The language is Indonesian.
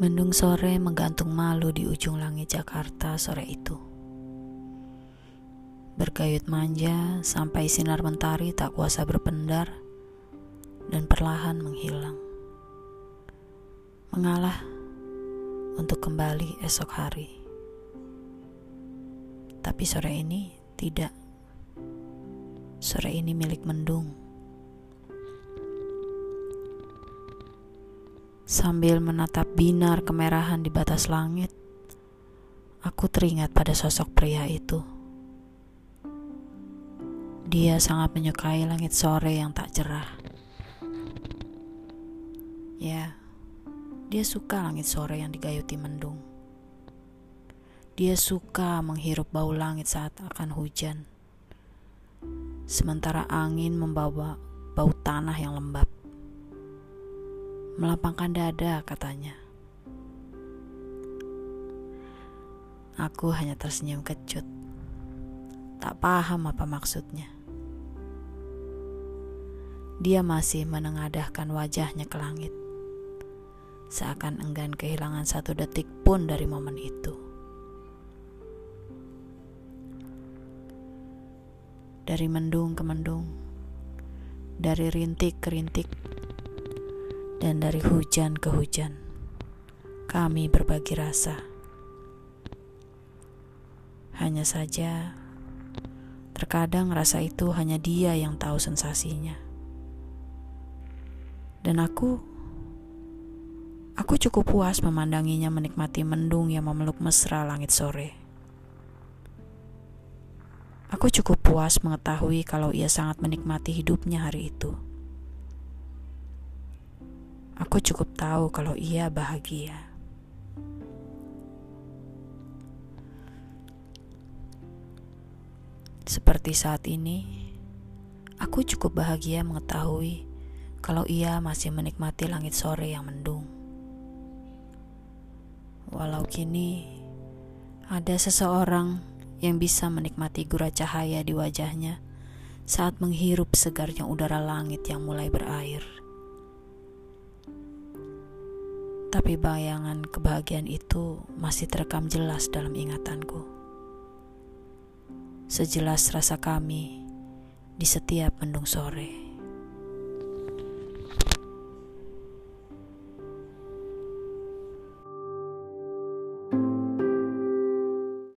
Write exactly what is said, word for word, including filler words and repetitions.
Mendung sore menggantung malu di ujung langit Jakarta sore itu. Bergayut manja sampai sinar mentari tak kuasa berpendar dan perlahan menghilang. Mengalah untuk kembali esok hari. Tapi sore ini tidak. Sore ini milik mendung. Sambil menatap binar kemerahan di batas langit, aku teringat pada sosok pria itu. Dia sangat menyukai langit sore yang tak cerah. Ya, dia suka langit sore yang digayuti mendung. Dia suka menghirup bau langit saat akan hujan, sementara angin membawa bau tanah yang lembab. Melapangkan dada, katanya. Aku hanya tersenyum kecut. Tak paham apa maksudnya. Dia masih menengadahkan wajahnya ke langit, seakan enggan kehilangan satu detik pun dari momen itu. Dari mendung ke mendung, dari rintik ke rintik, dan dari hujan ke hujan, kami berbagi rasa. Hanya saja, terkadang rasa itu hanya dia yang tahu sensasinya. Dan aku, aku cukup puas memandanginya menikmati mendung yang memeluk mesra langit sore. Aku cukup puas mengetahui kalau ia sangat menikmati hidupnya hari itu. Aku cukup tahu kalau ia bahagia. Seperti saat ini, aku cukup bahagia mengetahui kalau ia masih menikmati langit sore yang mendung. Walau kini ada seseorang yang bisa menikmati gurah cahaya di wajahnya saat menghirup segarnya udara langit yang mulai berair. Tapi bayangan kebahagiaan itu masih terekam jelas dalam ingatanku. Sejelas rasa kami di setiap mendung sore.